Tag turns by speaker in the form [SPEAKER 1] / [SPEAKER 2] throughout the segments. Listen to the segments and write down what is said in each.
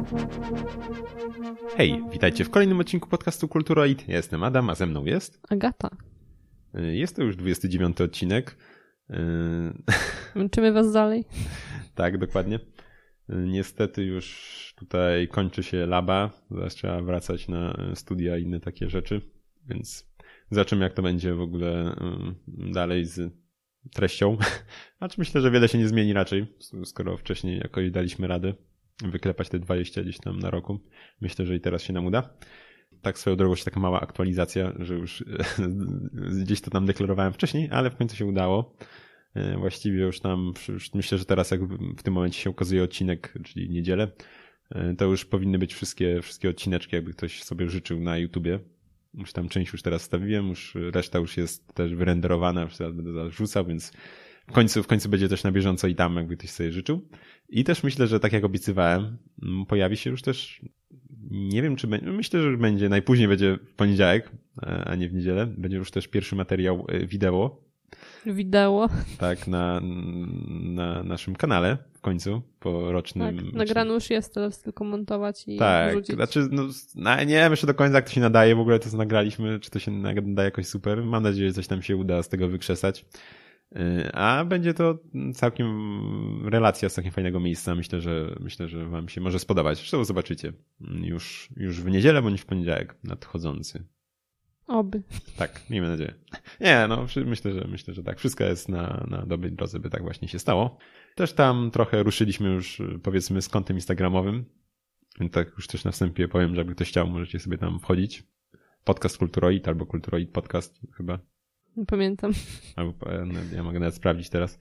[SPEAKER 1] Hej, witajcie w kolejnym odcinku podcastu Kulturoid. Ja jestem Adam, a ze mną jest...
[SPEAKER 2] Agata.
[SPEAKER 1] Jest to już 29 odcinek.
[SPEAKER 2] Męczymy was dalej?
[SPEAKER 1] Tak, dokładnie. Niestety już tutaj kończy się laba. Zaraz trzeba wracać na studia i inne takie rzeczy. Więc zobaczymy, jak to będzie w ogóle dalej z treścią. Acz myślę, że wiele się nie zmieni raczej, skoro wcześniej jakoś daliśmy radę wyklepać te 20 gdzieś tam na roku. Myślę, że i teraz się nam uda. Tak swoją drogą się taka mała aktualizacja, że już gdzieś to tam deklarowałem wcześniej, ale w końcu się udało. Właściwie już tam, myślę, że teraz jak w tym momencie się ukazuje odcinek, czyli niedzielę, to już powinny być wszystkie odcineczki, jakby ktoś sobie życzył na YouTubie. Już tam część już teraz wstawiłem, już reszta już jest też wyrenderowana, już teraz będę zarzucał, więc w końcu będzie też na bieżąco i tam, jakby ktoś sobie życzył. I też myślę, że tak jak obiecywałem, pojawi się już też, nie wiem czy będzie, myślę, że najpóźniej będzie w poniedziałek, a nie w niedzielę, będzie już też pierwszy materiał wideo. Tak, na naszym kanale w końcu, po rocznym...
[SPEAKER 2] Tak, nagrany już jest, teraz tylko montować i wrzucić.
[SPEAKER 1] Tak, znaczy, nie wiem jeszcze do końca, jak to się nadaje, w ogóle to co nagraliśmy, czy to się nadaje jakoś super. Mam nadzieję, że coś tam się uda z tego wykrzesać. A będzie to całkiem relacja z całkiem fajnego miejsca. Myślę, że wam się może spodobać. Zresztą zobaczycie już w niedzielę bądź w poniedziałek nadchodzący.
[SPEAKER 2] Oby.
[SPEAKER 1] Tak, miejmy nadzieję. Nie, myślę, że tak. Wszystko jest na dobrej drodze, by tak właśnie się stało. Też tam trochę ruszyliśmy już, powiedzmy, z kontem instagramowym. Więc tak już też na wstępie powiem, że jakby ktoś chciał, możecie sobie tam wchodzić. Podcast Kulturoid albo Kulturoid Podcast chyba.
[SPEAKER 2] Nie pamiętam.
[SPEAKER 1] Albo ja mogę nawet sprawdzić teraz.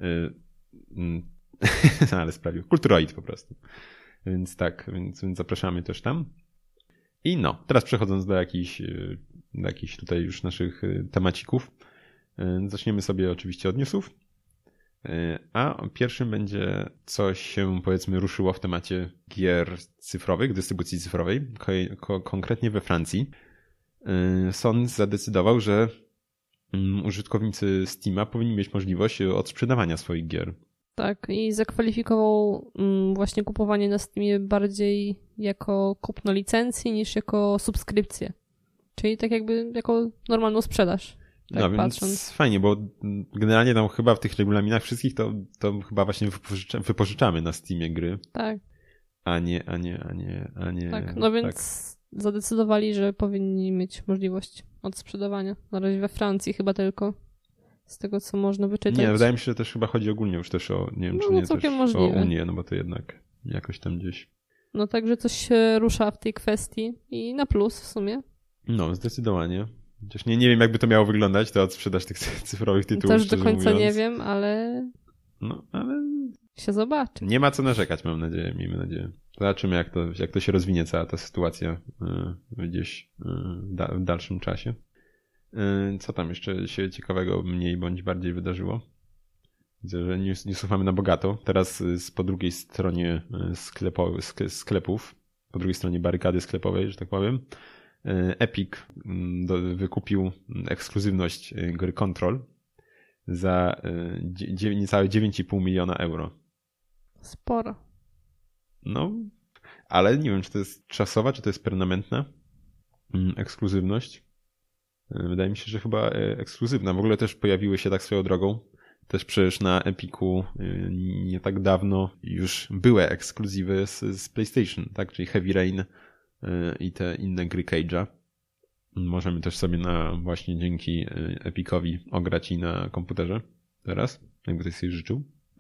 [SPEAKER 1] Ale sprawdził. Kulturoid po prostu. Więc tak, więc zapraszamy też tam. I teraz przechodząc do jakichś tutaj już naszych temacików. Zaczniemy sobie oczywiście od newsów. A pierwszym będzie coś się powiedzmy ruszyło w temacie gier cyfrowych, dystrybucji cyfrowej, konkretnie we Francji. Sony zadecydował, że użytkownicy Steama powinni mieć możliwość odsprzedawania swoich gier.
[SPEAKER 2] Tak, i zakwalifikował właśnie kupowanie na Steamie bardziej jako kupno licencji niż jako subskrypcję. Czyli tak jakby jako normalną sprzedaż. Tak
[SPEAKER 1] no więc
[SPEAKER 2] patrząc.
[SPEAKER 1] Fajnie, bo generalnie tam chyba w tych regulaminach wszystkich to chyba właśnie wypożyczamy na Steamie gry.
[SPEAKER 2] Tak.
[SPEAKER 1] A nie.
[SPEAKER 2] Tak, no więc zadecydowali, że powinni mieć możliwość odsprzedawania. Na razie we Francji chyba tylko. Z tego, co można wyczytać.
[SPEAKER 1] Nie, wydaje mi się, że też chyba chodzi ogólnie już też o, nie wiem czy nie, też
[SPEAKER 2] możliwe.
[SPEAKER 1] o Unię, no bo to jednak jakoś tam gdzieś.
[SPEAKER 2] No także coś się rusza w tej kwestii i na plus w sumie.
[SPEAKER 1] No, zdecydowanie. Chociaż nie wiem, jakby to miało wyglądać, to odsprzedaż tych cyfrowych tytułów,
[SPEAKER 2] też do końca mówiąc. Nie wiem, ale...
[SPEAKER 1] No, ale...
[SPEAKER 2] się zobaczy.
[SPEAKER 1] Nie ma co narzekać, miejmy nadzieję. Zobaczymy, jak to się rozwinie cała ta sytuacja gdzieś w dalszym czasie. Co tam jeszcze się ciekawego mniej bądź bardziej wydarzyło? Widzę, że newsów mamy na bogato. Teraz po drugiej stronie sklepów, po drugiej stronie barykady sklepowej, że tak powiem, Epic wykupił ekskluzywność gry Control za niecałe 9,5 miliona euro.
[SPEAKER 2] Sporo.
[SPEAKER 1] No, ale nie wiem, czy to jest czasowa, czy to jest permanentna ekskluzywność. Wydaje mi się, że chyba ekskluzywna. W ogóle też pojawiły się tak swoją drogą. Też przecież na Epiku nie tak dawno już były ekskluzywy z PlayStation, tak? Czyli Heavy Rain i te inne gry Cage'a. Możemy też sobie właśnie dzięki Epicowi ograć i na komputerze teraz, jakby ktoś sobie życzył.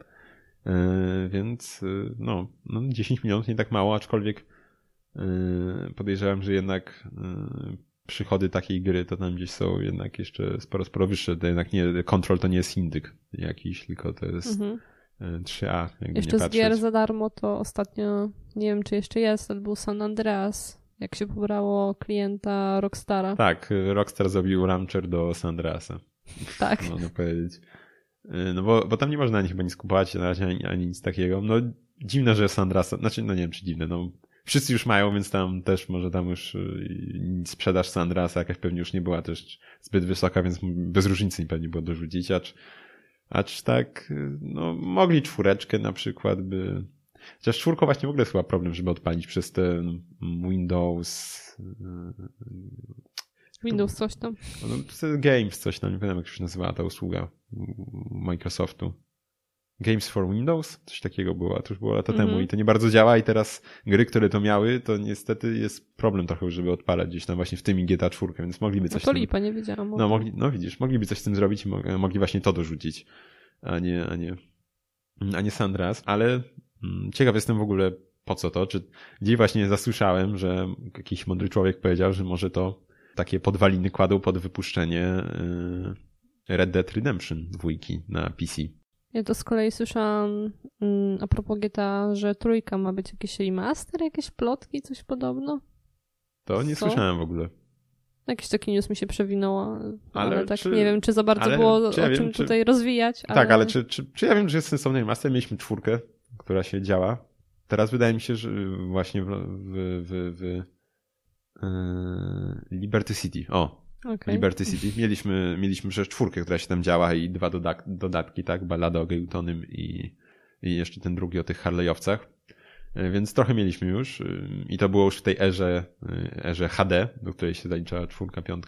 [SPEAKER 1] Więc 10 milionów nie tak mało, aczkolwiek podejrzewam, że jednak przychody takiej gry to tam gdzieś są jednak jeszcze sporo wyższe. To jednak nie, Control to nie jest indyk jakiś, tylko to jest 3A.
[SPEAKER 2] Jeszcze z gier za darmo to ostatnio, nie wiem czy jeszcze jest, ale był San Andreas, jak się pobrało klienta Rockstara.
[SPEAKER 1] Tak, Rockstar zrobił launcher do San Andreasa.
[SPEAKER 2] Tak.
[SPEAKER 1] Można powiedzieć. No bo tam nie można ani chyba nic kupować na razie, ani nic takiego. No dziwne, że San Andreas, znaczy no nie wiem czy dziwne, no wszyscy już mają, więc tam też może tam już sprzedaż San Andreasa jakaś pewnie już nie była też zbyt wysoka, więc bez różnicy pewnie było dorzucić, acz tak, no mogli 4 na przykład by... Chociaż 4 właśnie w ogóle jest chyba problem, żeby odpalić przez ten Windows...
[SPEAKER 2] Windows coś tam.
[SPEAKER 1] No, Games coś tam, nie wiem jak się nazywała ta usługa Microsoftu. Games for Windows? Coś takiego było, a to już było lata temu i to nie bardzo działa i teraz gry, które to miały, to niestety jest problem trochę, żeby odpalać gdzieś tam właśnie w tym i GTA 4, więc mogliby coś
[SPEAKER 2] No to lipa, nie wiedziałam.
[SPEAKER 1] No widzisz, mogliby coś z tym zrobić i mogli właśnie to dorzucić, a nie San Andreas, ale ciekaw jestem w ogóle po co to, czy gdzieś właśnie zasłyszałem, że jakiś mądry człowiek powiedział, że może to takie podwaliny kładą pod wypuszczenie Red Dead Redemption 2 na PC.
[SPEAKER 2] Ja to z kolei słyszałam a propos GTA, że 3 ma być jakiś remaster, jakieś plotki, coś podobno.
[SPEAKER 1] To nie słyszałem w ogóle.
[SPEAKER 2] Jakiś taki news mi się przewinęło, ale tak
[SPEAKER 1] czy,
[SPEAKER 2] nie wiem, czy za bardzo było o czym tutaj rozwijać.
[SPEAKER 1] Tak, ale czy ja wiem, że jest sensowny remaster? Mieliśmy 4, która się działa. Teraz wydaje mi się, że właśnie w Liberty City. Okay. Liberty City. Mieliśmy przecież 4, która się tam działa i 2 dodatki, tak? Ballada o Gaytonym i jeszcze ten drugi o tych Harley'owcach. Więc trochę mieliśmy już i to było już w tej erze HD, do której się zaliczała 4, 5.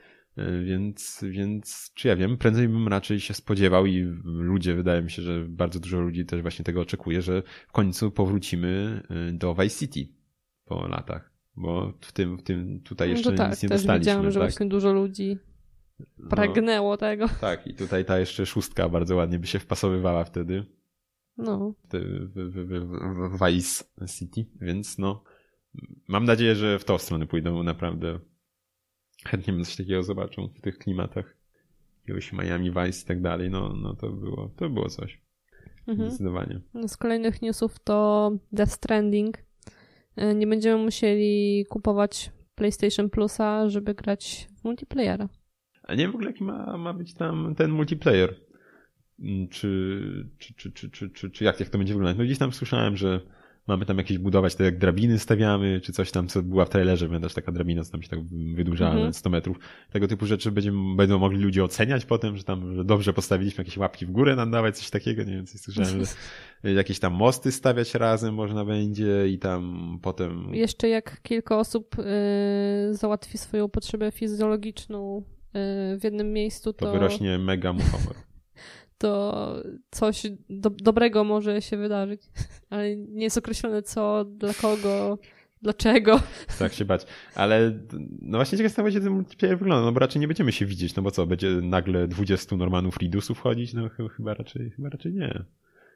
[SPEAKER 1] Więc czy ja wiem, prędzej bym raczej się spodziewał i ludzie, wydaje mi się, że bardzo dużo ludzi też właśnie tego oczekuje, że w końcu powrócimy do Vice City po latach. Bo w tym tutaj jeszcze nic nie dostaliśmy.
[SPEAKER 2] Tak, widziałam, że właśnie dużo ludzi pragnęło tego.
[SPEAKER 1] Tak, i tutaj ta jeszcze 6 bardzo ładnie by się wpasowywała wtedy.
[SPEAKER 2] No.
[SPEAKER 1] W Vice City, więc no mam nadzieję, że w tą stronę pójdą naprawdę. Chętnie bym coś takiego zobaczył w tych klimatach. Jakiegoś Miami Vice i tak dalej. No to było coś. Zdecydowanie.
[SPEAKER 2] Z kolejnych newsów to Death Stranding. Nie będziemy musieli kupować PlayStation Plusa, żeby grać w multiplayera.
[SPEAKER 1] A nie wiem w ogóle jaki ma być tam ten multiplayer. Czy jak to będzie wyglądać? No gdzieś tam słyszałem, że mamy tam jakieś budować, tak jak drabiny stawiamy, czy coś tam, co była w trailerze, pamiętasz, taka drabina, co tam się tak wydłużała na 100 metrów. Tego typu rzeczy będą mogli ludzie oceniać potem, że dobrze postawiliśmy jakieś łapki w górę nadawać, coś takiego, nie wiem, coś słyszałem, że jakieś tam mosty stawiać razem można będzie i tam potem...
[SPEAKER 2] Jeszcze jak kilka osób załatwi swoją potrzebę fizjologiczną w jednym miejscu,
[SPEAKER 1] to wyrośnie mega muchomor.
[SPEAKER 2] To coś dobrego może się wydarzyć, ale nie jest określone co, dla kogo, dlaczego.
[SPEAKER 1] Tak się bać. Ale no właśnie ciekawe jest, jak ten multiplayer wygląda, no bo raczej nie będziemy się widzieć, no bo co, będzie nagle 20 Normanów Reedusów chodzić? No chyba raczej nie.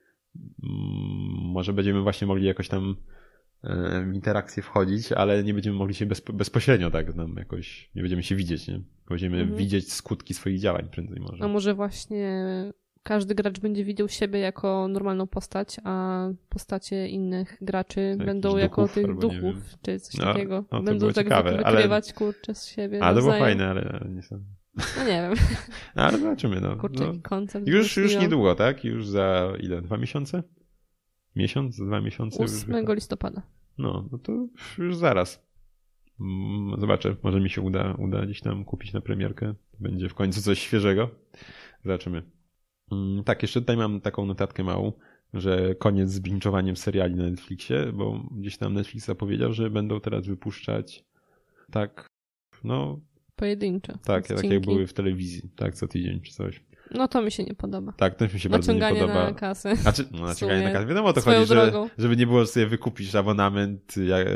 [SPEAKER 1] Może będziemy właśnie mogli jakoś tam w interakcję wchodzić, ale nie będziemy mogli się bezpośrednio tak nam jakoś, nie będziemy się widzieć, nie? Będziemy widzieć skutki swoich działań prędzej może.
[SPEAKER 2] A może właśnie każdy gracz będzie widział siebie jako normalną postać, a postacie innych graczy będą jako tych duchów, czy coś takiego. Będą tak wykrywać kurczę z siebie.
[SPEAKER 1] Ale to było fajne, ale nie są.
[SPEAKER 2] No nie wiem.
[SPEAKER 1] Ale zobaczymy.
[SPEAKER 2] Kurczę, jaki koncept.
[SPEAKER 1] Już niedługo, tak? Już za ile? 2 miesiące? Miesiąc? 2 miesiące?
[SPEAKER 2] 8 listopada.
[SPEAKER 1] No to już zaraz. Zobaczę, może mi się uda gdzieś tam kupić na premierkę. Będzie w końcu coś świeżego. Zobaczymy. Tak, jeszcze tutaj mam taką notatkę małą, że koniec z binge'owaniem seriali na Netflixie, bo gdzieś tam Netflix zapowiedział, że będą teraz wypuszczać tak, no...
[SPEAKER 2] pojedyncze.
[SPEAKER 1] Tak jak były w telewizji, tak, co tydzień czy coś.
[SPEAKER 2] No to mi się nie podoba.
[SPEAKER 1] Tak, to mi się bardzo nie podoba.
[SPEAKER 2] Naciąganie na kasę.
[SPEAKER 1] Naciąganie na kasę. Wiadomo o to chodzi, żeby nie było, że sobie wykupisz abonament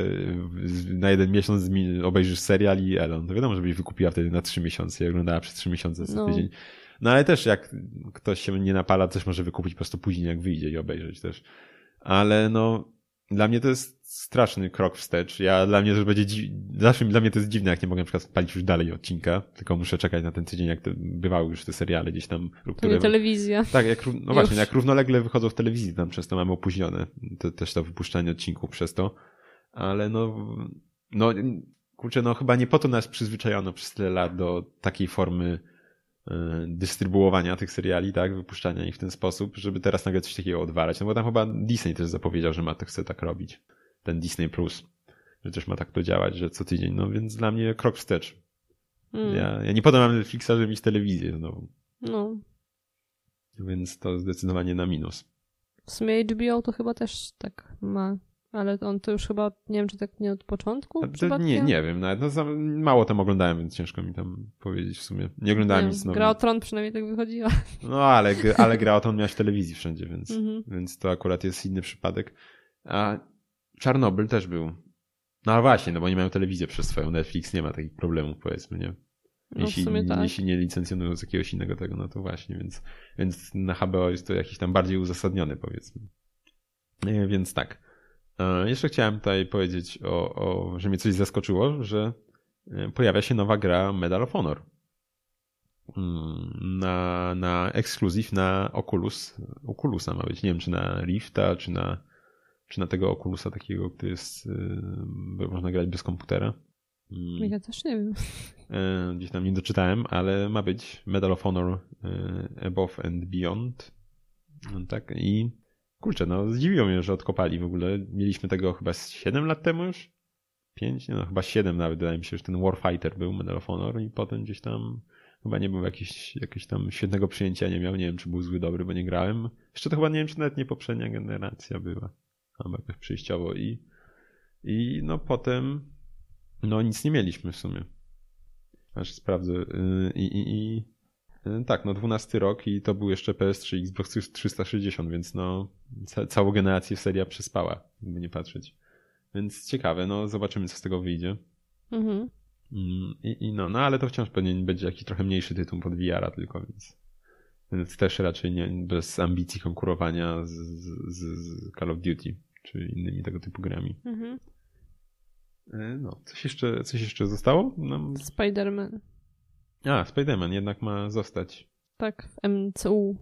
[SPEAKER 1] na 1 miesiąc, obejrzysz serial i Elon. To wiadomo, żebyś wykupiła wtedy na 3 miesiące i oglądała przez 3 miesiące co tydzień. No ale też jak ktoś się nie napala, coś może wykupić po prostu później jak wyjdzie i obejrzeć też. Ale no, dla mnie to jest straszny krok wstecz. Dla mnie to jest dziwne, jak nie mogę na przykład palić już dalej odcinka, tylko muszę czekać na ten tydzień, jak bywały już te seriale gdzieś tam.
[SPEAKER 2] To nie telewizja.
[SPEAKER 1] Tak, właśnie, jak równolegle wychodzą w telewizji, tam przez to mamy opóźnione. Też to wypuszczanie odcinków przez to. Ale kurczę, chyba nie po to nas przyzwyczajono przez tyle lat do takiej formy dystrybuowania tych seriali, tak, wypuszczania ich w ten sposób, żeby teraz nagle coś takiego odwalać. No bo tam chyba Disney też zapowiedział, że chce tak robić. Ten Disney Plus, że też ma tak to działać, że co tydzień, no więc dla mnie krok wstecz. Ja nie podam Netflixa, żeby mieć telewizję znowu.
[SPEAKER 2] No.
[SPEAKER 1] Więc to zdecydowanie na minus.
[SPEAKER 2] W sumie HBO to chyba też tak ma, ale on to już chyba, nie wiem, czy tak nie od początku
[SPEAKER 1] Nie wiem, nawet mało tam oglądałem, więc ciężko mi tam powiedzieć w sumie. Nie oglądałem nic nowego.
[SPEAKER 2] Gra o Tron przynajmniej tak wychodziła.
[SPEAKER 1] No ale Gra o Tron miałeś w telewizji wszędzie, więc to akurat jest inny przypadek. A Czarnobyl też był. No ale właśnie, no bo nie mają telewizję przez swoją. Netflix nie ma takich problemów, powiedzmy, nie? Jeśli nie licencjonują z jakiegoś innego tego, no to właśnie, więc na HBO jest to jakiś tam bardziej uzasadniony, powiedzmy. Więc tak. Jeszcze chciałem tutaj powiedzieć, że mnie coś zaskoczyło, że pojawia się nowa gra Medal of Honor. Na ekskluzyw na Oculusa ma być. Nie wiem, czy na Rifta, czy na tego Oculusa takiego, który jest, można grać bez komputera.
[SPEAKER 2] Ja też nie wiem.
[SPEAKER 1] Gdzieś tam nie doczytałem, ale ma być Medal of Honor Above and Beyond. No tak, i kurczę, no zdziwiło mnie, że odkopali w ogóle. Mieliśmy tego chyba 7 lat temu już? 5? No chyba 7 nawet, wydaje mi się, że ten Warfighter był Medal of Honor i potem gdzieś tam chyba nie był jakiegoś tam świetnego przyjęcia, nie miał. Nie wiem, czy był zły, dobry, bo nie grałem. Jeszcze to chyba nie wiem, czy nawet nie poprzednia generacja była. Albo jakoś przejściowo i no potem no nic nie mieliśmy w sumie. Aż sprawdzę. Tak, no 12 rok i to był jeszcze PS3, Xbox 360, więc no całą generację seria przespała, jakby nie patrzeć. Więc ciekawe, no zobaczymy, co z tego wyjdzie. No ale to wciąż pewnie będzie jakiś trochę mniejszy tytuł pod VR-a tylko, więc też raczej nie bez ambicji konkurowania z Call of Duty czy innymi tego typu grami. No, coś jeszcze zostało? No.
[SPEAKER 2] Spider-Man.
[SPEAKER 1] Spider-Man jednak ma zostać.
[SPEAKER 2] Tak, w MCU.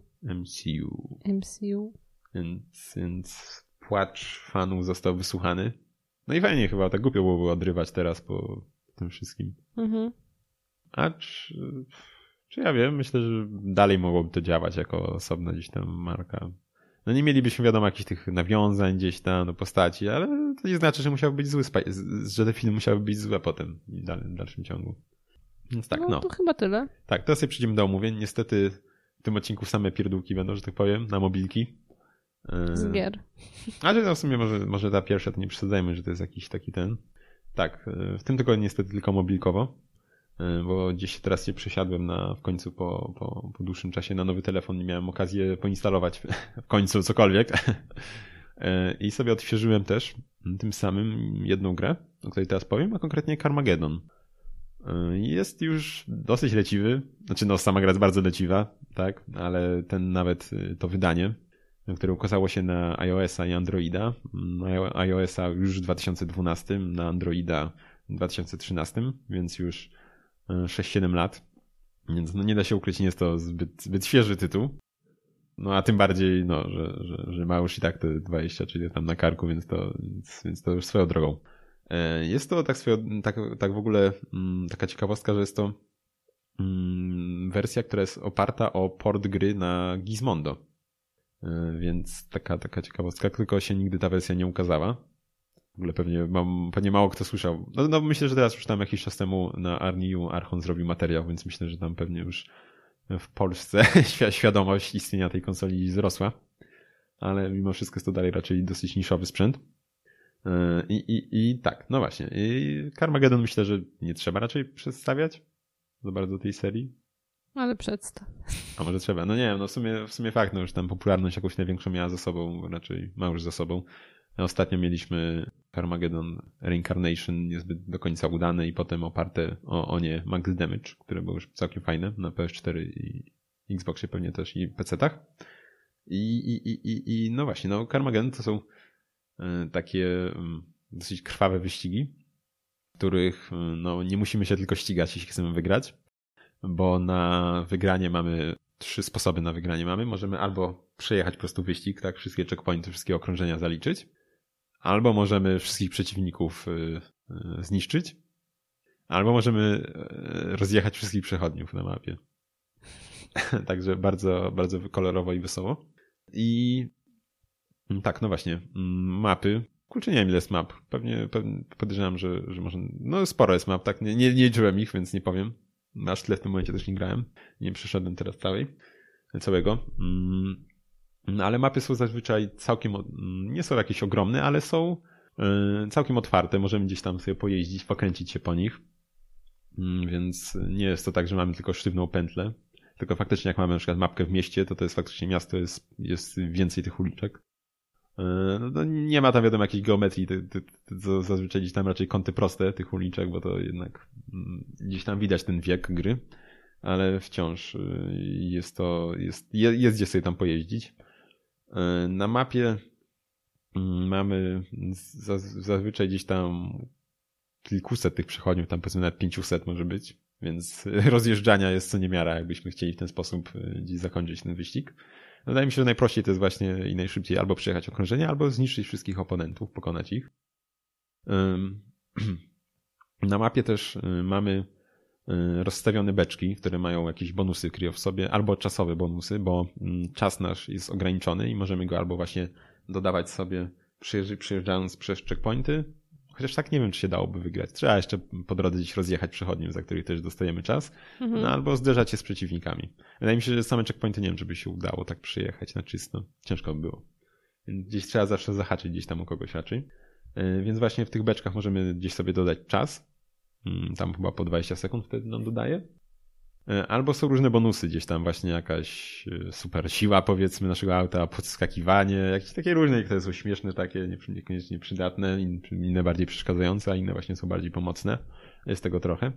[SPEAKER 1] Więc płacz fanów został wysłuchany. No i fajnie chyba, tak głupio byłoby odrywać teraz po tym wszystkim. A czy ja wiem, myślę, że dalej mogłoby to działać jako osobna gdzieś tam marka. No nie mielibyśmy wiadomo jakichś tych nawiązań gdzieś tam do postaci, ale to nie znaczy, że musiał być zły, że te filmy musiały być złe potem w dalszym ciągu. Więc tak,
[SPEAKER 2] no. To chyba tyle.
[SPEAKER 1] Tak, teraz sobie przejdziemy do omówień. Niestety w tym odcinku same pierdółki będą, że tak powiem, na mobilki.
[SPEAKER 2] Z gier.
[SPEAKER 1] Ale no w sumie może ta pierwsza to nie przesadzajmy, że to jest jakiś taki ten. Tak, w tym tygodniu niestety tylko mobilkowo, bo gdzieś teraz się przesiadłem w końcu po dłuższym czasie na nowy telefon i miałem okazję poinstalować w końcu cokolwiek. I sobie odświeżyłem też tym samym jedną grę, o której teraz powiem, a konkretnie Carmageddon. Jest już dosyć leciwy, znaczy no sama gra jest bardzo leciwa, tak, ale nawet to wydanie, które ukazało się na iOS-a i Androida, na iOS-a już w 2012, na Androida w 2013, więc już 6-7 lat, więc no nie da się ukryć, nie jest to zbyt świeży tytuł, no a tym bardziej, no, że ma już i tak te 20 czyli tam na karku, więc to już swoją drogą. Jest to tak w ogóle taka ciekawostka, że jest to wersja, która jest oparta o port gry na Gizmondo. Więc taka ciekawostka, tylko się nigdy ta wersja nie ukazała. W ogóle pewnie mało kto słyszał. No myślę, że teraz już tam jakiś czas temu na Arniu Archon zrobił materiał, więc myślę, że tam pewnie już w Polsce świadomość istnienia tej konsoli wzrosła. Ale mimo wszystko jest to dalej raczej dosyć niszowy sprzęt. I tak, no właśnie. I Carmageddon myślę, że nie trzeba raczej przedstawiać za bardzo tej serii.
[SPEAKER 2] Ale przedstaw.
[SPEAKER 1] A może trzeba? No nie wiem, no w sumie fakt, no już tam popularność jakąś największą miała za sobą, raczej ma już za sobą. Ostatnio mieliśmy Carmageddon Reincarnation, niezbyt do końca udane i potem oparte o nie Max Damage, które było już całkiem fajne na PS4 i Xboxie pewnie też i PC-tach. I no właśnie, no Carmageddon to są takie dosyć krwawe wyścigi, w których no, nie musimy się tylko ścigać, jeśli chcemy wygrać, bo na wygranie mamy 3 sposoby na wygranie mamy. Możemy albo przejechać po prostu wyścig, tak, wszystkie checkpointy, wszystkie okrążenia zaliczyć, albo możemy wszystkich przeciwników zniszczyć, albo możemy rozjechać wszystkich przechodniów na mapie. Także bardzo, bardzo kolorowo i wesoło. I tak, no właśnie, mapy. Kurczę, nie wiem ile jest map. Pewnie podejrzewam, że może... No sporo jest map, tak? Nie liczyłem ich, więc nie powiem. Aż tyle w tym momencie też nie grałem. Nie przeszedłem teraz całego. No, ale mapy są zazwyczaj całkiem, nie są jakieś ogromne, ale są całkiem otwarte. Możemy gdzieś tam sobie pojeździć, pokręcić się po nich. Więc nie jest to tak, że mamy tylko sztywną pętlę. Tylko faktycznie jak mamy na przykład mapkę w mieście, to jest faktycznie miasto, jest więcej tych uliczek. No, nie ma tam wiadomo jakiejś geometrii, to zazwyczaj gdzieś tam raczej kąty proste tych uliczek, bo to jednak gdzieś tam widać ten wiek gry, ale wciąż jest gdzie sobie tam pojeździć. Na mapie mamy zazwyczaj gdzieś tam kilkuset tych przechodniów, tam powiedzmy nawet 500 może być, więc rozjeżdżania jest co niemiara, jakbyśmy chcieli w ten sposób gdzieś zakończyć ten wyścig. Wydaje mi się, że najprościej to jest właśnie i najszybciej albo przejechać okrążenie, albo zniszczyć wszystkich oponentów, pokonać ich. Na mapie też mamy rozstawione beczki, które mają jakieś bonusy kryją w sobie, albo czasowe bonusy, bo czas nasz jest ograniczony i możemy go albo właśnie dodawać sobie przyjeżdżając przez checkpointy, chociaż tak nie wiem, czy się dałoby wygrać. Trzeba jeszcze po drodze gdzieś rozjechać przechodniów, za których też dostajemy czas, no albo zderzać się z przeciwnikami. Wydaje mi się, że same checkpointy nie wiem, czy by się udało tak przyjechać na czysto. Ciężko by było. Gdzieś trzeba zawsze zahaczyć gdzieś tam u kogoś raczej. Więc właśnie w tych beczkach możemy gdzieś sobie dodać czas. Tam chyba po 20 sekund wtedy nam dodaje. Albo są różne bonusy, gdzieś tam właśnie jakaś super siła powiedzmy naszego auta, podskakiwanie, jakieś takie różne, które są śmieszne takie, niekoniecznie przydatne, inne bardziej przeszkadzające, a inne właśnie są bardziej pomocne. Jest tego trochę.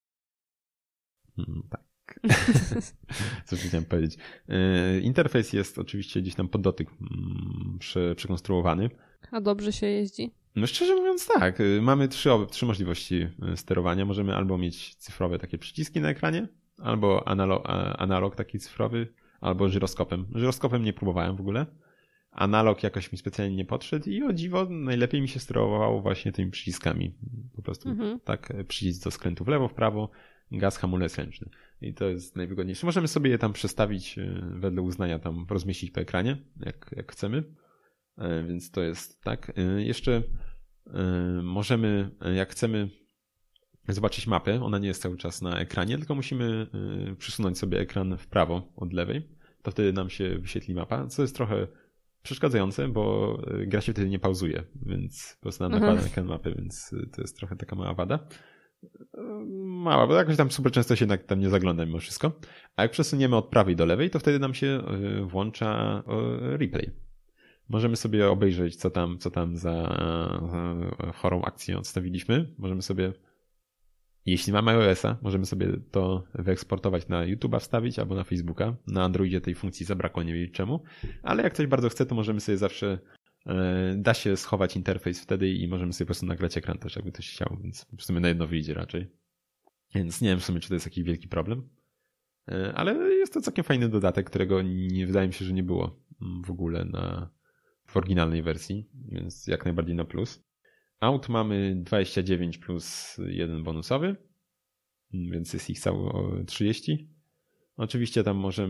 [SPEAKER 1] Tak. Co chciałem powiedzieć. Interfejs jest oczywiście gdzieś tam pod dotyk przekonstruowany.
[SPEAKER 2] A dobrze się jeździ?
[SPEAKER 1] No szczerze mówiąc tak, mamy trzy możliwości sterowania. Możemy albo mieć cyfrowe takie przyciski na ekranie, albo analog taki cyfrowy, albo żyroskopem. Żyroskopem nie próbowałem w ogóle. Analog jakoś mi specjalnie nie podszedł i o dziwo najlepiej mi się sterowało właśnie tymi przyciskami. Po prostu tak, przycisk do skrętu w lewo, w prawo, gaz, hamulec ręczny. I to jest najwygodniejsze. Możemy sobie je tam przestawić wedle uznania, tam rozmieścić po ekranie, jak chcemy. Więc to jest tak. Jeszcze możemy, jak chcemy zobaczyć mapę, ona nie jest cały czas na ekranie, tylko musimy przysunąć sobie ekran w prawo od lewej, to wtedy nam się wyświetli mapa, co jest trochę przeszkadzające, bo gra się wtedy nie pauzuje, więc po prostu nam nakłada na ekran mapy, więc to jest trochę taka mała wada. Mała, bo jakoś tam super często się tam nie zagląda mimo wszystko. A jak przesuniemy od prawej do lewej, to wtedy nam się włącza replay. Możemy sobie obejrzeć, co tam za chorą akcję odstawiliśmy. Możemy sobie, jeśli mamy iOS-a, możemy sobie to wyeksportować na YouTube'a wstawić albo na Facebooka. Na Androidzie tej funkcji zabrakło, nie wiem czemu. Ale jak ktoś bardzo chce, to możemy sobie zawsze, da się schować interfejs wtedy i możemy sobie po prostu nagrać ekran też, jakby ktoś chciał, więc w sumie na jedno wyjdzie raczej. Więc nie wiem w sumie, czy to jest jakiś wielki problem. Ale jest to całkiem fajny dodatek, którego nie wydaje mi się, że nie było w ogóle w oryginalnej wersji, więc jak najbardziej na plus. Aut mamy 29 plus 1 bonusowy, więc jest ich cało 30. Oczywiście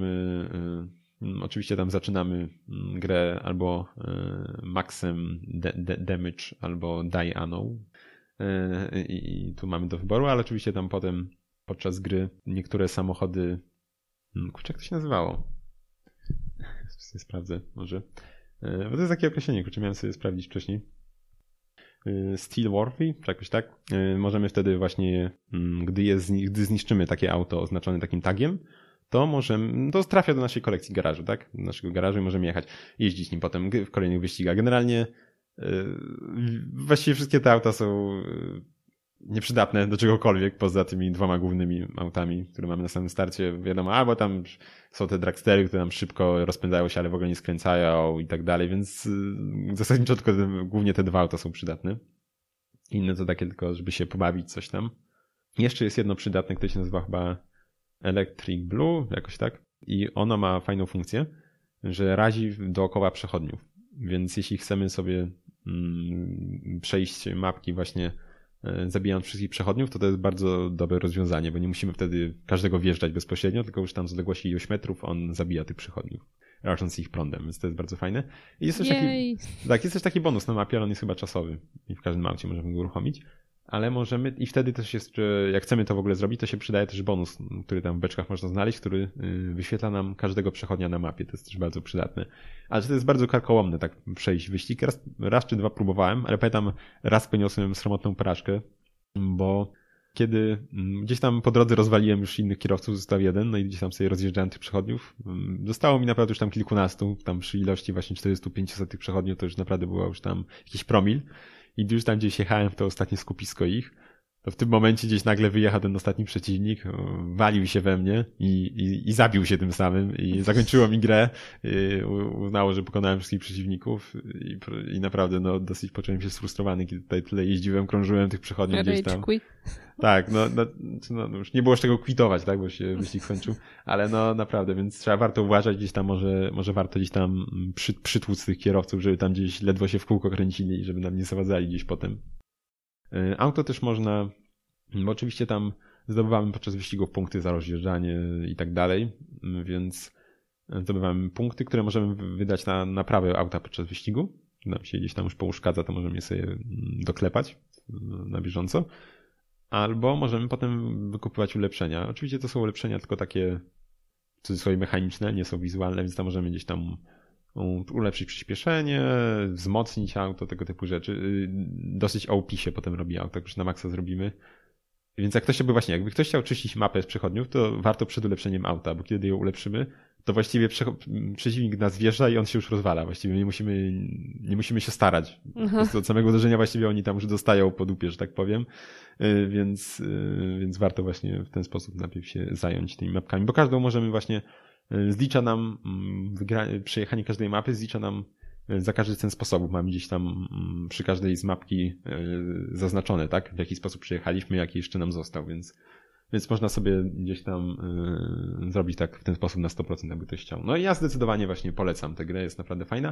[SPEAKER 1] tam zaczynamy grę albo maxem damage, albo die ammo i tu mamy do wyboru, ale oczywiście tam potem podczas gry niektóre samochody, kurczę, jak to się nazywało? Sprawdzę może. Bo to jest takie określenie, które miałem sobie sprawdzić wcześniej. Steelworthy, czy jakoś tak. Możemy wtedy właśnie, gdy zniszczymy takie auto oznaczone takim tagiem, to trafia do naszej kolekcji garażu, tak? Do naszego garażu i możemy jeździć nim potem w kolejnych wyścigach. Generalnie właściwie wszystkie te auta są nieprzydatne do czegokolwiek poza tymi dwoma głównymi autami, które mamy na samym starcie. Wiadomo, albo tam są te dragstery, które tam szybko rozpędzają się, ale w ogóle nie skręcają i tak dalej, więc zasadniczo tylko głównie te dwa auta są przydatne. Inne to takie tylko, żeby się pobawić coś tam. Jeszcze jest jedno przydatne, które się nazywa chyba Electric Blue, jakoś tak. I ono ma fajną funkcję, że razi dookoła przechodniów. Więc jeśli chcemy sobie przejść mapki właśnie zabijając wszystkich przechodniów, to jest bardzo dobre rozwiązanie, bo nie musimy wtedy każdego wjeżdżać bezpośrednio, tylko już tam z odległości ilość metrów on zabija tych przechodniów, rażąc ich prądem, więc to jest bardzo fajne. I jest też taki bonus na mapie, ale on jest chyba czasowy i w każdym aucie możemy go uruchomić. ale możemy i wtedy też jest, że jak chcemy to w ogóle zrobić, to się przydaje też bonus, który tam w beczkach można znaleźć, który wyświetla nam każdego przechodnia na mapie. To jest też bardzo przydatne. Ale to jest bardzo karkołomne tak przejść wyścig. Raz czy dwa próbowałem, ale pamiętam raz poniosłem sromotną porażkę, bo kiedy gdzieś tam po drodze rozwaliłem już innych kierowców, został jeden, no i gdzieś tam sobie rozjeżdżałem tych przechodniów. Zostało mi naprawdę już tam kilkunastu, tam przy ilości właśnie 400-500 tych przechodniów to już naprawdę było już tam jakiś promil. I już tam gdzieś jechałem w to ostatnie skupisko ich, to w tym momencie gdzieś nagle wyjechał ten ostatni przeciwnik, walił się we mnie i zabił się tym samym i zakończyło mi grę. Uznało, że pokonałem wszystkich przeciwników i naprawdę no, dosyć poczułem się sfrustrowany, kiedy tutaj tyle jeździłem, krążyłem tych przechodniów gdzieś tam. Tak, no już nie było z czego kwitować, tak, bo się wyścig kończył, ale no naprawdę, więc warto uważać gdzieś tam, może warto gdzieś tam przytłuc tych kierowców, żeby tam gdzieś ledwo się w kółko kręcili i żeby nam nie zawadzali gdzieś potem. Auto też można, bo oczywiście tam zdobywamy podczas wyścigów punkty za rozjeżdżanie i tak dalej, więc zdobywamy punkty, które możemy wydać na naprawę auta podczas wyścigu. Nam się gdzieś tam już pouszkadza, to możemy je sobie doklepać na bieżąco. Albo możemy potem wykupywać ulepszenia. Oczywiście to są ulepszenia tylko takie w cudzysłowie mechaniczne, nie są wizualne, więc tam możemy gdzieś tam ulepszyć przyspieszenie, wzmocnić auto, tego typu rzeczy. Dosyć OP się potem robi auto, jak już na maksa zrobimy. Więc jak ktoś chciałby właśnie, jakby ktoś chciał czyścić mapę z przechodniów, to warto przed ulepszeniem auta, bo kiedy ją ulepszymy, to właściwie przeciwnik nas wjeżdża i on się już rozwala. Właściwie nie musimy się starać. Po prostu od samego uderzenia właściwie oni tam już dostają po dupie, że tak powiem. Więc warto właśnie w ten sposób najpierw się zająć tymi mapkami, bo każdą możemy właśnie, zlicza nam przejechanie każdej mapy, zlicza nam za każdy z ten sposobów. Mamy gdzieś tam przy każdej z mapki zaznaczone, tak? W jaki sposób przejechaliśmy, jaki jeszcze nam został, więc można sobie gdzieś tam zrobić tak w ten sposób na 100%, jakby ktoś chciał. No i ja zdecydowanie właśnie polecam tę grę, jest naprawdę fajna.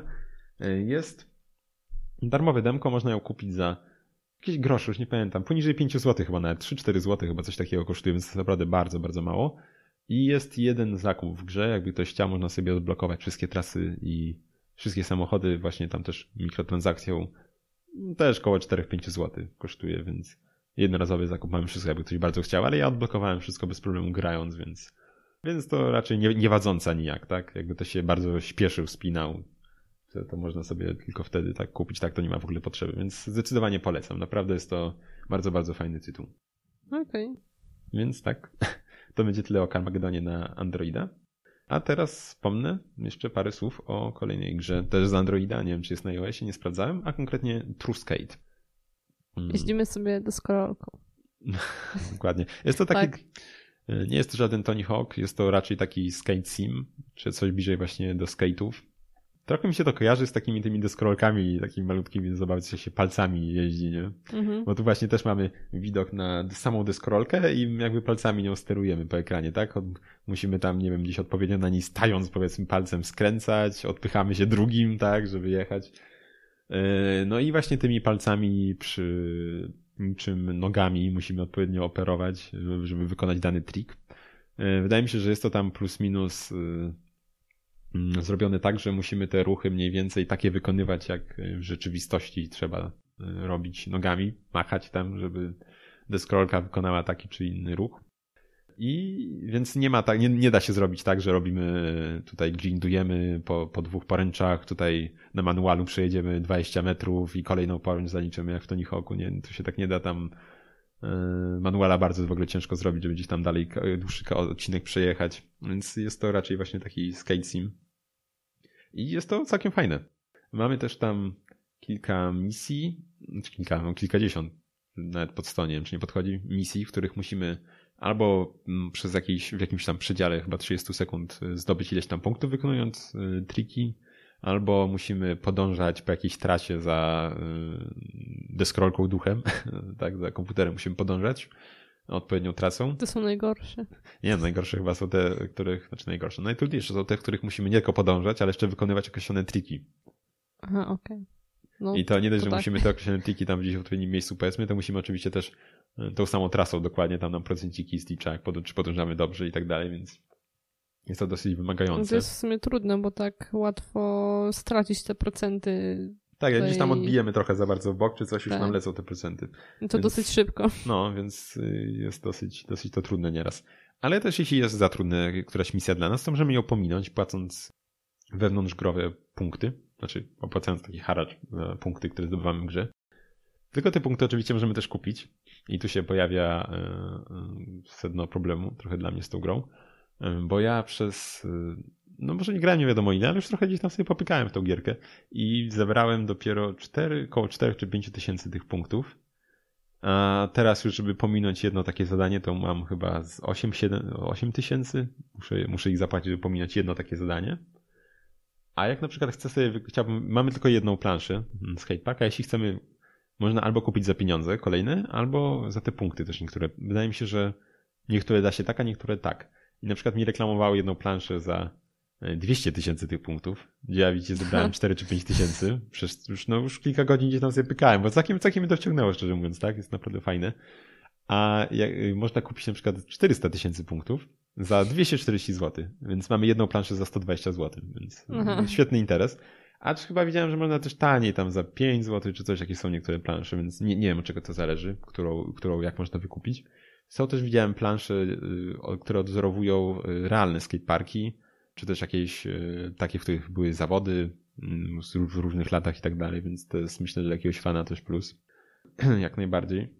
[SPEAKER 1] Jest darmowe demko, można ją kupić za jakieś grosze, już nie pamiętam, poniżej 5 zł chyba nawet, 3-4 zł chyba coś takiego kosztuje, więc to naprawdę bardzo, bardzo mało. I jest jeden zakup w grze, jakby ktoś chciał, można sobie odblokować wszystkie trasy i wszystkie samochody, właśnie tam też mikrotransakcją też koło 4-5 zł kosztuje, więc jednorazowy zakup mamy wszystko, jakby ktoś bardzo chciał, ale ja odblokowałem wszystko bez problemu grając, więc to raczej nie wadząca nijak, tak? Jakby to się bardzo śpieszył, spinał, to można sobie tylko wtedy tak kupić, tak to nie ma w ogóle potrzeby, więc zdecydowanie polecam. Naprawdę jest to bardzo, bardzo fajny tytuł.
[SPEAKER 2] Okej.
[SPEAKER 1] Więc tak, to będzie tyle o Carmagedonie na Androida. A teraz wspomnę jeszcze parę słów o kolejnej grze, też z Androida, nie wiem czy jest na iOSie, nie sprawdzałem, a konkretnie Truskate.
[SPEAKER 2] Jeździmy sobie deskorolką.
[SPEAKER 1] Dokładnie. Jest to taki,
[SPEAKER 2] tak.
[SPEAKER 1] Nie jest to żaden Tony Hawk, jest to raczej taki skate sim, czy coś bliżej właśnie do skate'ów. Trochę mi się to kojarzy z takimi tymi deskorolkami, takimi malutkimi, zobaczcie, się palcami jeździ, nie? Bo tu właśnie też mamy widok na samą deskorolkę i jakby palcami nią sterujemy po ekranie, tak? Musimy tam, nie wiem, gdzieś odpowiednio na niej stając, powiedzmy, palcem skręcać, odpychamy się drugim, tak, żeby jechać. No i właśnie tymi palcami czym nogami musimy odpowiednio operować, żeby wykonać dany trik. Wydaje mi się, że jest to tam plus minus zrobione tak, że musimy te ruchy mniej więcej takie wykonywać, jak w rzeczywistości trzeba robić nogami, machać tam, żeby deskorolka wykonała taki czy inny ruch. I więc nie da się zrobić tak, że robimy tutaj grindujemy po 2 poręczach, tutaj na manualu przejedziemy 20 metrów i kolejną poręcz zaliczymy jak w Tony Hawku. Nie, to się tak nie da tam manuala bardzo w ogóle ciężko zrobić, żeby gdzieś tam dalej dłuższy odcinek przejechać. Więc jest to raczej właśnie taki skate sim. I jest to całkiem fajne. Mamy też tam kilka misji, kilkadziesiąt nawet pod 100, nie wiem czy nie podchodzi, misji, w których musimy albo w jakimś tam przedziale chyba 30 sekund zdobyć ileś tam punktów wykonując triki, albo musimy podążać po jakiejś trasie za deskorolką duchem, tak, za komputerem musimy podążać odpowiednią trasą.
[SPEAKER 2] To są najgorsze.
[SPEAKER 1] Nie, najgorsze chyba są te, najgorsze. Najtrudniejsze są te, w których musimy nie tylko podążać, ale jeszcze wykonywać określone triki.
[SPEAKER 2] Aha, okej. No,
[SPEAKER 1] i to nie dość, że musimy te określone triki tam gdzieś w odpowiednim miejscu powiedzmy, to musimy oczywiście też tą samą trasą dokładnie tam nam procenciki zlicza, czy podążamy dobrze i tak dalej, więc jest to dosyć wymagające.
[SPEAKER 2] To jest w sumie trudne, bo tak łatwo stracić te procenty
[SPEAKER 1] Tak, jak
[SPEAKER 2] tutaj...
[SPEAKER 1] gdzieś tam odbijemy trochę za bardzo w bok, czy coś, już
[SPEAKER 2] tak.
[SPEAKER 1] nam lecą te procenty.
[SPEAKER 2] I to dosyć szybko.
[SPEAKER 1] No, więc jest dosyć to trudne nieraz. Ale też jeśli jest za trudna któraś misja dla nas, to możemy ją pominąć, płacąc wewnątrzgrowe punkty, znaczy opłacając taki haracz za punkty, które zdobywamy w grze. Tylko te punkty oczywiście możemy też kupić i tu się pojawia sedno problemu trochę dla mnie z tą grą, bo ja no może nie grałem nie wiadomo ile, ale już trochę gdzieś tam sobie popykałem w tą gierkę i zebrałem dopiero około 4 czy 5 tysięcy tych punktów. A teraz już, żeby pominąć jedno takie zadanie, to mam chyba z 8 tysięcy. Muszę ich zapłacić, żeby pominąć jedno takie zadanie. A jak na przykład mamy tylko jedną planszę skateparka, jeśli chcemy, można albo kupić za pieniądze kolejne, albo za te punkty też niektóre. Wydaje mi się, że niektóre da się tak, a niektóre tak. I na przykład mi reklamowały jedną planszę za 200 tysięcy tych punktów, gdzie ja widzicie zebrałem 4 czy 5 tysięcy. Przez już kilka godzin gdzieś tam sobie pykałem, bo całkiem mnie to wciągnęło, szczerze mówiąc, tak? Jest naprawdę fajne. A można kupić na przykład 400 tysięcy punktów za 240 zł, więc mamy jedną planszę za 120 zł, więc świetny interes. Acz chyba widziałem, że można też taniej, tam za 5 zł czy coś, jakie są niektóre plansze, więc nie wiem, od czego to zależy, którą jak można wykupić. Są też, widziałem, plansze, które odwzorowują realne skateparki, czy też jakieś takie, w których były zawody w różnych latach i tak dalej, więc to jest, myślę, że dla jakiegoś fana też plus. Jak najbardziej.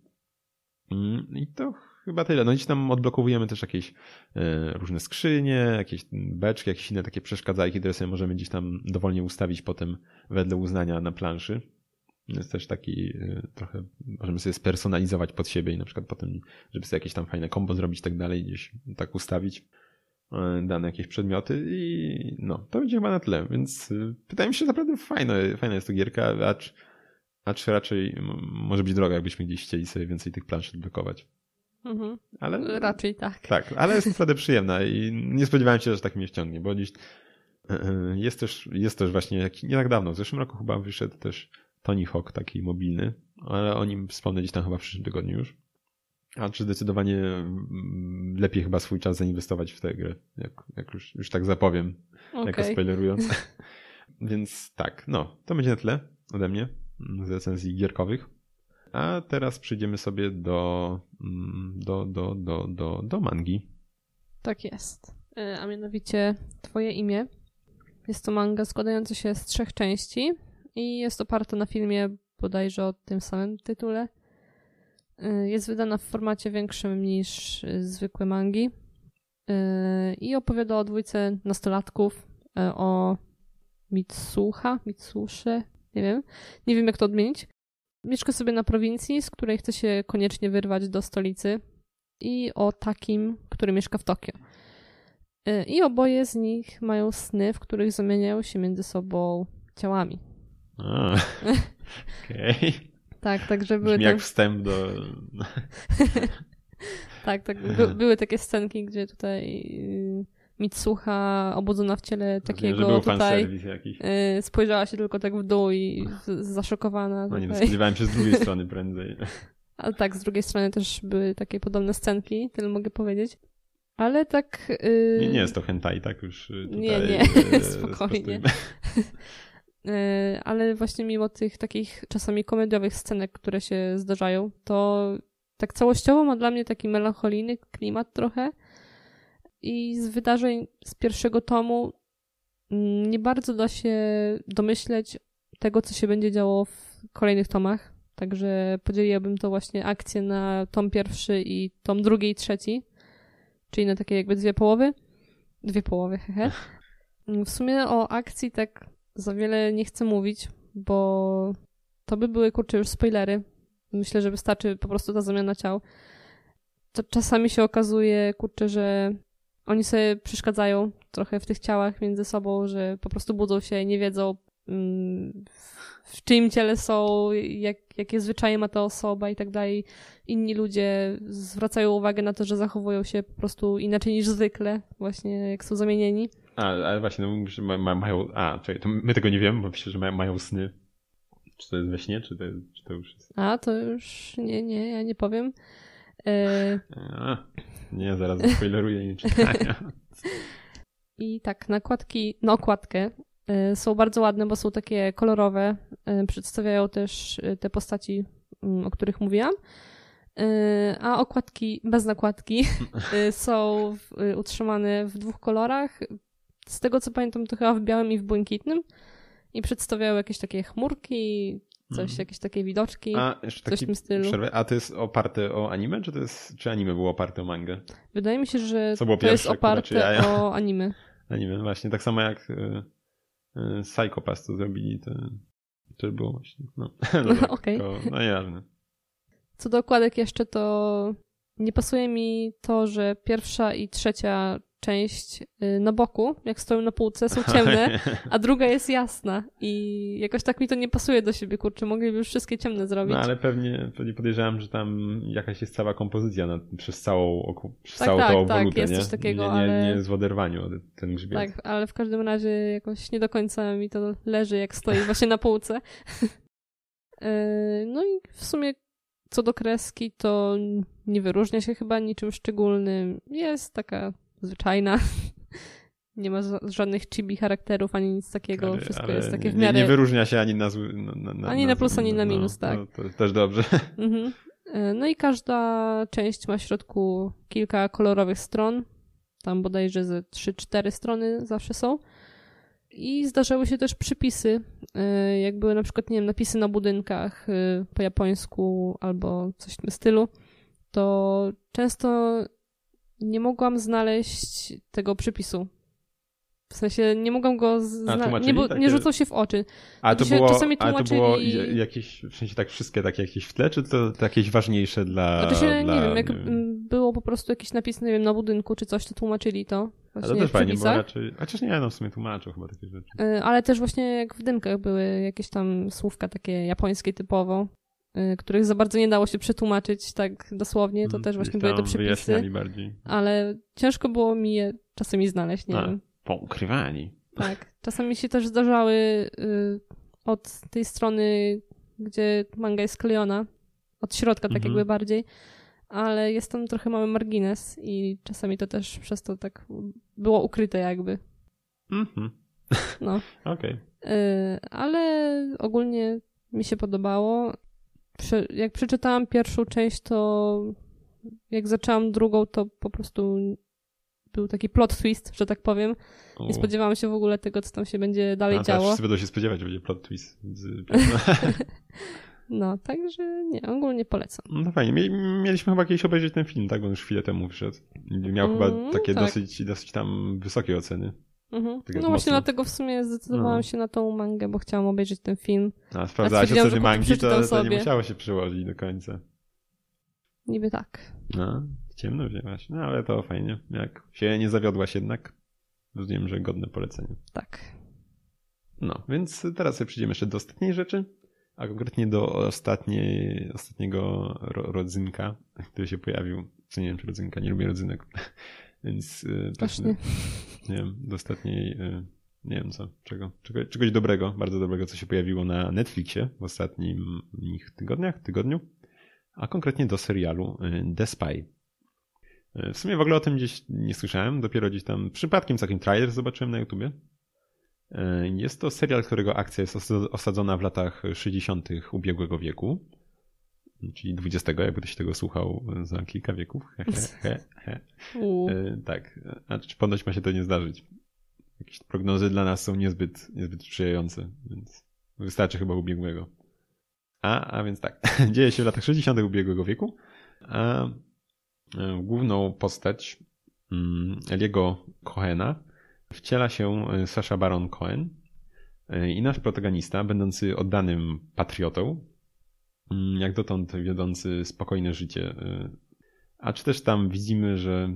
[SPEAKER 1] I to chyba tyle. No i tam odblokowujemy też jakieś różne skrzynie, jakieś beczki, jakieś inne takie przeszkadzajki, które sobie możemy gdzieś tam dowolnie ustawić potem wedle uznania na planszy. Jest też taki trochę, możemy sobie spersonalizować pod siebie i na przykład potem, żeby sobie jakieś tam fajne combo zrobić i tak dalej, gdzieś tak ustawić dane jakieś przedmioty i no, to będzie chyba na tyle, więc wydaje mi się, że naprawdę fajna jest to gierka, acz raczej może być droga, jakbyśmy gdzieś chcieli sobie więcej tych plansz odblokować. Ale
[SPEAKER 2] raczej tak.
[SPEAKER 1] Tak, ale jest naprawdę przyjemna i nie spodziewałem się, że tak mnie wciągnie, bo gdzieś jest też właśnie, nie tak dawno, w zeszłym roku chyba wyszedł też Tony Hawk taki mobilny, ale o nim wspomnę gdzieś tam chyba w przyszłym tygodniu już. A czy zdecydowanie lepiej chyba swój czas zainwestować w tę grę, jak już tak zapowiem, jako spoilerując. Więc tak, no, to będzie na tyle ode mnie z recenzji gierkowych. A teraz przejdziemy sobie do mangi.
[SPEAKER 2] Tak jest. A mianowicie Twoje imię. Jest to manga składająca się z 3 części i jest oparta na filmie bodajże o tym samym tytule. Jest wydana w formacie większym niż zwykłe mangi i opowiada o 2 nastolatków, o Mitsusze, nie wiem jak to odmienić. Mieszka sobie na prowincji, z której chce się koniecznie wyrwać do stolicy i o Takim, który mieszka w Tokio. I oboje z nich mają sny, w których zamieniają się między sobą ciałami.
[SPEAKER 1] Okej.
[SPEAKER 2] Tak, także były
[SPEAKER 1] jak wstęp do...
[SPEAKER 2] tak, były takie scenki, gdzie tutaj Mitsuha obudzona w ciele takiego tutaj spojrzała się tylko tak w dół i zaszokowana.
[SPEAKER 1] No nie, spodziewałem się z drugiej strony prędzej.
[SPEAKER 2] Ale tak, z drugiej strony też były takie podobne scenki, tyle mogę powiedzieć. Ale tak...
[SPEAKER 1] Nie jest to hentai, tak już tutaj...
[SPEAKER 2] Nie, spokojnie. Ale właśnie mimo tych takich czasami komediowych scenek, które się zdarzają, to tak całościowo ma dla mnie taki melancholijny klimat trochę i z wydarzeń z pierwszego tomu nie bardzo da się domyśleć tego, co się będzie działo w kolejnych tomach. Także podzieliłabym to właśnie akcję na tom 1 i tom 2 i 3, czyli na takie jakby 2 połowy. 2 połowy, hehe. W sumie o akcji tak za wiele nie chcę mówić, bo to by były, już spoilery. Myślę, że wystarczy po prostu ta zamiana ciał. To czasami się okazuje, że oni sobie przeszkadzają trochę w tych ciałach między sobą, że po prostu budzą się i nie wiedzą, w czyim ciele są, jakie zwyczaje ma ta osoba i tak dalej. Inni ludzie zwracają uwagę na to, że zachowują się po prostu inaczej niż zwykle, właśnie jak są zamienieni.
[SPEAKER 1] Ale właśnie, no mówisz, że mają... czekaj, to my tego nie wiemy, bo myślę, że mają sny. Czy to jest we śnie, czy to już jest...
[SPEAKER 2] To już nie, ja nie powiem.
[SPEAKER 1] Nie, zaraz spoileruję nie czytania.
[SPEAKER 2] I tak, na okładkę Są bardzo ładne, bo są takie kolorowe. Przedstawiają też te postaci, o których mówiłam. A okładki bez nakładki są utrzymane w 2 kolorach. Z tego co pamiętam, to chyba w białym i w błękitnym. I przedstawiają jakieś takie chmurki, jakieś takie widoczki, coś w tym stylu.
[SPEAKER 1] A to jest oparte o anime, czy anime było oparte o mangę?
[SPEAKER 2] Wydaje mi się, że to jest oparte o anime.
[SPEAKER 1] Anime, właśnie. Tak samo jak Psycho Pass to zrobili, to było właśnie. No,
[SPEAKER 2] okej.
[SPEAKER 1] No nieważne.
[SPEAKER 2] Co do okładek jeszcze, to nie pasuje mi to, że 1. i 3. część na boku, jak stoją na półce, są ciemne, a druga jest jasna i jakoś tak mi to nie pasuje do siebie, kurczę, mogliby już wszystkie ciemne zrobić.
[SPEAKER 1] No ale pewnie podejrzewam, że tam jakaś jest cała kompozycja przez całą tą obwolutę,
[SPEAKER 2] tak, jest coś takiego,
[SPEAKER 1] nie jest w oderwaniu od ten grzbiet.
[SPEAKER 2] Tak, ale w każdym razie jakoś nie do końca mi to leży, jak stoi właśnie na półce. No i w sumie co do kreski, to nie wyróżnia się chyba niczym szczególnym. Jest taka zwyczajna. Nie ma żadnych chibi charakterów, ani nic takiego. Wszystko jest takie w miarę...
[SPEAKER 1] Nie wyróżnia się ani na
[SPEAKER 2] ani na plus, ani na minus, tak.
[SPEAKER 1] No, to też dobrze.
[SPEAKER 2] Mhm. No i każda część ma w środku kilka kolorowych stron. Tam bodajże ze 3-4 strony zawsze są. I zdarzały się też przypisy, jak były na przykład, nie wiem, napisy na budynkach po japońsku albo coś w tym stylu, to często nie mogłam znaleźć tego przypisu. W sensie nie mogłam go nie rzucał się w oczy. Czasami tłumaczyli...
[SPEAKER 1] to było jakieś, w sensie tak wszystkie takie jakieś w tle, czy to jakieś ważniejsze dla...
[SPEAKER 2] nie wiem, jak było po prostu jakiś napis, nie wiem, na budynku czy coś, to tłumaczyli to.
[SPEAKER 1] Ale to też fajnie, bo raczej... Chociaż nie, w sumie tłumaczą chyba takie rzeczy.
[SPEAKER 2] Ale też właśnie jak w dynkach były jakieś tam słówka takie japońskie typowo, których za bardzo nie dało się przetłumaczyć tak dosłownie, to też właśnie były te przepisy.
[SPEAKER 1] Bardziej.
[SPEAKER 2] Ale ciężko było mi je czasami znaleźć, nie wiem.
[SPEAKER 1] Poukrywani.
[SPEAKER 2] Tak. Czasami się też zdarzały od tej strony, gdzie manga jest sklejona, od środka tak jakby bardziej, ale jest tam trochę mały margines i czasami to też przez to tak było ukryte jakby. No.
[SPEAKER 1] Okej.
[SPEAKER 2] Ale ogólnie mi się podobało. Jak przeczytałam pierwszą część, to jak zaczęłam drugą, to po prostu był taki plot twist, że tak powiem. Nie spodziewałam się w ogóle tego, co tam się będzie dalej działo.
[SPEAKER 1] Wszyscy będą się spodziewać, że będzie plot twist.
[SPEAKER 2] No, także nie, ogólnie polecam.
[SPEAKER 1] No fajnie. Mieliśmy chyba kiedyś obejrzeć ten film, tak? Bo już chwilę temu wyszedł. Miał chyba takie
[SPEAKER 2] tak.
[SPEAKER 1] dosyć tam wysokie oceny.
[SPEAKER 2] Tak no właśnie dlatego w sumie zdecydowałam się na tą mangę, bo chciałam obejrzeć ten film.
[SPEAKER 1] A sprawdzałaś oceny mangi, to nie musiało się przyłożyć do końca.
[SPEAKER 2] Niby tak.
[SPEAKER 1] No, ciemno wzięłaś. No ale to fajnie. Jak się nie zawiodłaś jednak, rozumiem, że godne polecenie.
[SPEAKER 2] Tak.
[SPEAKER 1] No, więc teraz sobie przejdziemy jeszcze do ostatniej rzeczy, a konkretnie do ostatniego rodzynka, który się pojawił. Co nie wiem, czy rodzynka, nie lubię rodzynek. Więc
[SPEAKER 2] właśnie.
[SPEAKER 1] Nie wiem, do ostatniej, nie wiem co, czegoś dobrego, bardzo dobrego, co się pojawiło na Netflixie w ostatnim tygodniu, a konkretnie do serialu The Spy. W sumie w ogóle o tym gdzieś nie słyszałem, dopiero gdzieś tam przypadkiem takim trailer zobaczyłem na YouTubie. Jest to serial, którego akcja jest osadzona w latach 60. ubiegłego wieku, czyli 20, jakby ktoś tego słuchał za kilka wieków. Tak, a ponoć ma się to nie zdarzyć. Jakieś prognozy dla nas są niezbyt sprzyjające, więc wystarczy chyba ubiegłego. A więc tak, dzieje się w latach 60. ubiegłego wieku, a główną postać Eliego Cohena wciela się Sacha Baron Cohen i nasz protagonista, będący oddanym patriotą, jak dotąd wiodący spokojne życie. A czy też tam widzimy, że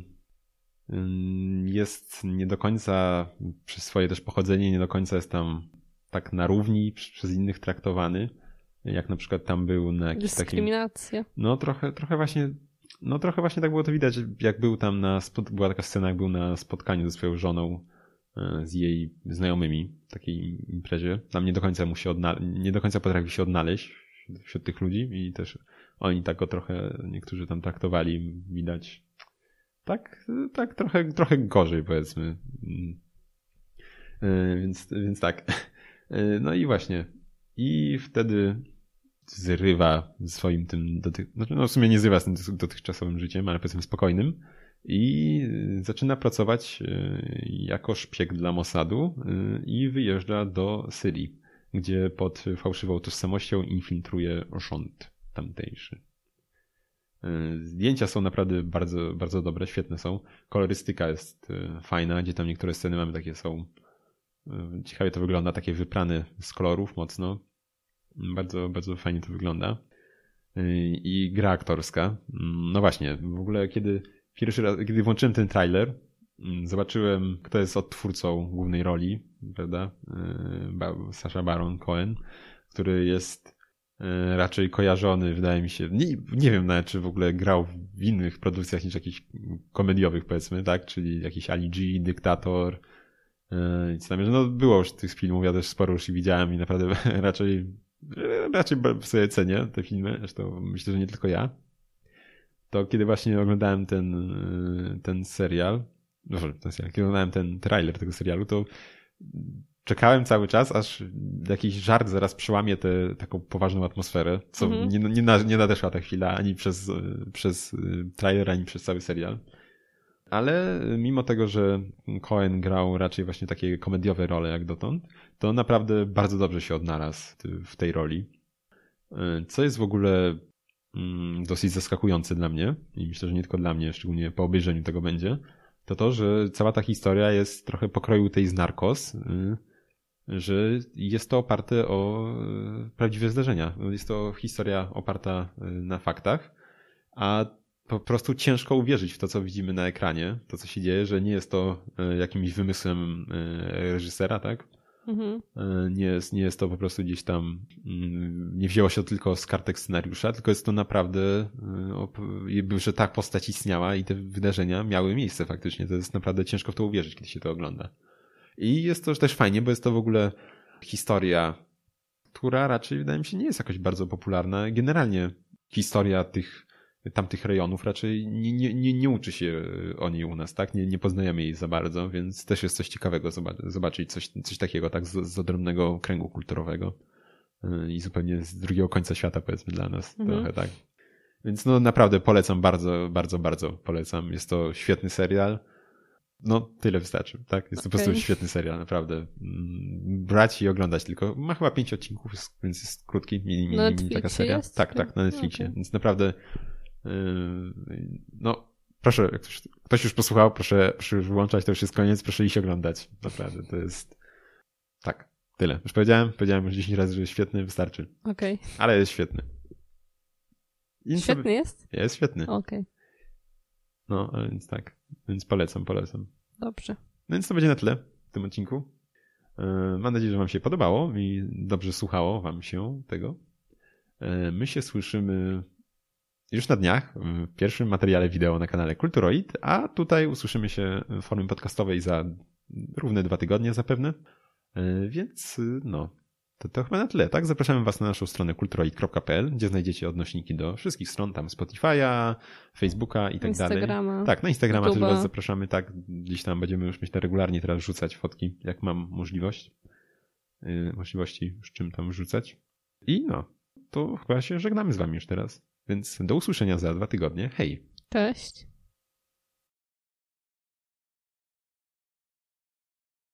[SPEAKER 1] jest nie do końca, przez swoje też pochodzenie, nie do końca jest tam tak na równi przez innych traktowany, jak na przykład tam był na jakiś
[SPEAKER 2] dyskryminacja.
[SPEAKER 1] No trochę właśnie tak było to widać, jak był tam była taka scena, jak był na spotkaniu ze swoją żoną, z jej znajomymi w takiej imprezie. Tam nie do końca potrafił się odnaleźć wśród tych ludzi i też oni tak go trochę, niektórzy tam traktowali, widać tak trochę gorzej, powiedzmy. Więc tak. No i właśnie. I wtedy zrywa swoim tym, w sumie nie zrywa z tym dotychczasowym życiem, ale powiedzmy spokojnym i zaczyna pracować jako szpieg dla Mossadu i wyjeżdża do Syrii, gdzie pod fałszywą tożsamością infiltruje rząd tamtejszy. Zdjęcia są naprawdę bardzo, bardzo dobre, świetne są. Kolorystyka jest fajna, gdzie tam niektóre sceny mamy takie są. Ciekawie to wygląda, takie wyprane z kolorów mocno. Bardzo, bardzo fajnie to wygląda. I gra aktorska. No właśnie, w ogóle pierwszy raz, kiedy włączyłem ten trailer, zobaczyłem, kto jest odtwórcą głównej roli, prawda? Sacha Baron Cohen, który jest raczej kojarzony, wydaje mi się, nie wiem nawet, czy w ogóle grał w innych produkcjach niż jakichś komediowych, powiedzmy, tak? Czyli jakiś Ali G, Dyktator. Co tam, no było już tych filmów, ja też sporo już ich widziałem i naprawdę raczej sobie cenię te filmy, zresztą myślę, że nie tylko ja. To kiedy właśnie oglądałem ten serial, kiedy oglądałem ten trailer tego serialu, to czekałem cały czas, aż jakiś żart zaraz przełamie taką poważną atmosferę, co nie nadeszła ta chwila ani przez trailer, ani przez cały serial. Ale mimo tego, że Cohen grał raczej właśnie takie komediowe role jak dotąd, to naprawdę bardzo dobrze się odnalazł w tej roli. Co jest w ogóle dosyć zaskakujące dla mnie i myślę, że nie tylko dla mnie, szczególnie po obejrzeniu tego będzie, to, że cała ta historia jest trochę pokroju tej z Narcos, że jest to oparte o prawdziwe zdarzenia. Jest to historia oparta na faktach, a po prostu ciężko uwierzyć w to, co widzimy na ekranie, to, co się dzieje, że nie jest to jakimś wymysłem reżysera, tak? Mhm. Nie jest to po prostu gdzieś tam, nie wzięło się to tylko z kartek scenariusza, tylko jest to naprawdę, że ta postać istniała i te wydarzenia miały miejsce faktycznie. To jest naprawdę ciężko w to uwierzyć, kiedy się to ogląda. I jest to też fajnie, bo jest to w ogóle historia, która raczej, wydaje mi się, nie jest jakoś bardzo popularna. Generalnie historia tamtych rejonów raczej nie uczy się o niej u nas, tak? Nie poznajemy jej za bardzo, więc też jest coś ciekawego zobaczyć coś takiego, tak? Z odrębnego kręgu kulturowego i zupełnie z drugiego końca świata, powiedzmy, dla nas trochę, tak? Więc no naprawdę polecam, bardzo, bardzo, bardzo polecam. Jest to świetny serial. No, tyle wystarczy, tak? Jest to po prostu świetny serial, naprawdę. Brać i oglądać tylko. Ma chyba 5 odcinków, więc jest krótki, mini taka seria.
[SPEAKER 2] Jest?
[SPEAKER 1] Tak, na Netflixie. Więc naprawdę no, proszę, jak ktoś już posłuchał, proszę już wyłączać, to już jest koniec, proszę iść oglądać. Naprawdę, to jest tak, tyle. Już powiedziałem już 10 razy, że jest świetny, wystarczy.
[SPEAKER 2] Okej.
[SPEAKER 1] Ale jest świetny.
[SPEAKER 2] Świetny jest?
[SPEAKER 1] Jest świetny.
[SPEAKER 2] Okej.
[SPEAKER 1] No, więc tak. Więc polecam.
[SPEAKER 2] Dobrze.
[SPEAKER 1] No więc to będzie na tyle w tym odcinku. Mam nadzieję, że wam się podobało i dobrze słuchało wam się tego. My się słyszymy już na dniach w pierwszym materiale wideo na kanale Kulturoid, a tutaj usłyszymy się w formie podcastowej za równe 2 tygodnie zapewne. Więc no, to chyba na tyle, tak? Zapraszamy was na naszą stronę kulturoid.pl, gdzie znajdziecie odnośniki do wszystkich stron, tam Spotify'a, Facebooka i tak dalej. Tak, na Instagrama też was zapraszamy, tak? Gdzieś tam będziemy już, myślę, regularnie teraz rzucać fotki, jak mam możliwości z czym tam rzucać. I no, to chyba się żegnamy z wami już teraz. Więc do usłyszenia za 2 tygodnie. Hej!
[SPEAKER 2] Cześć!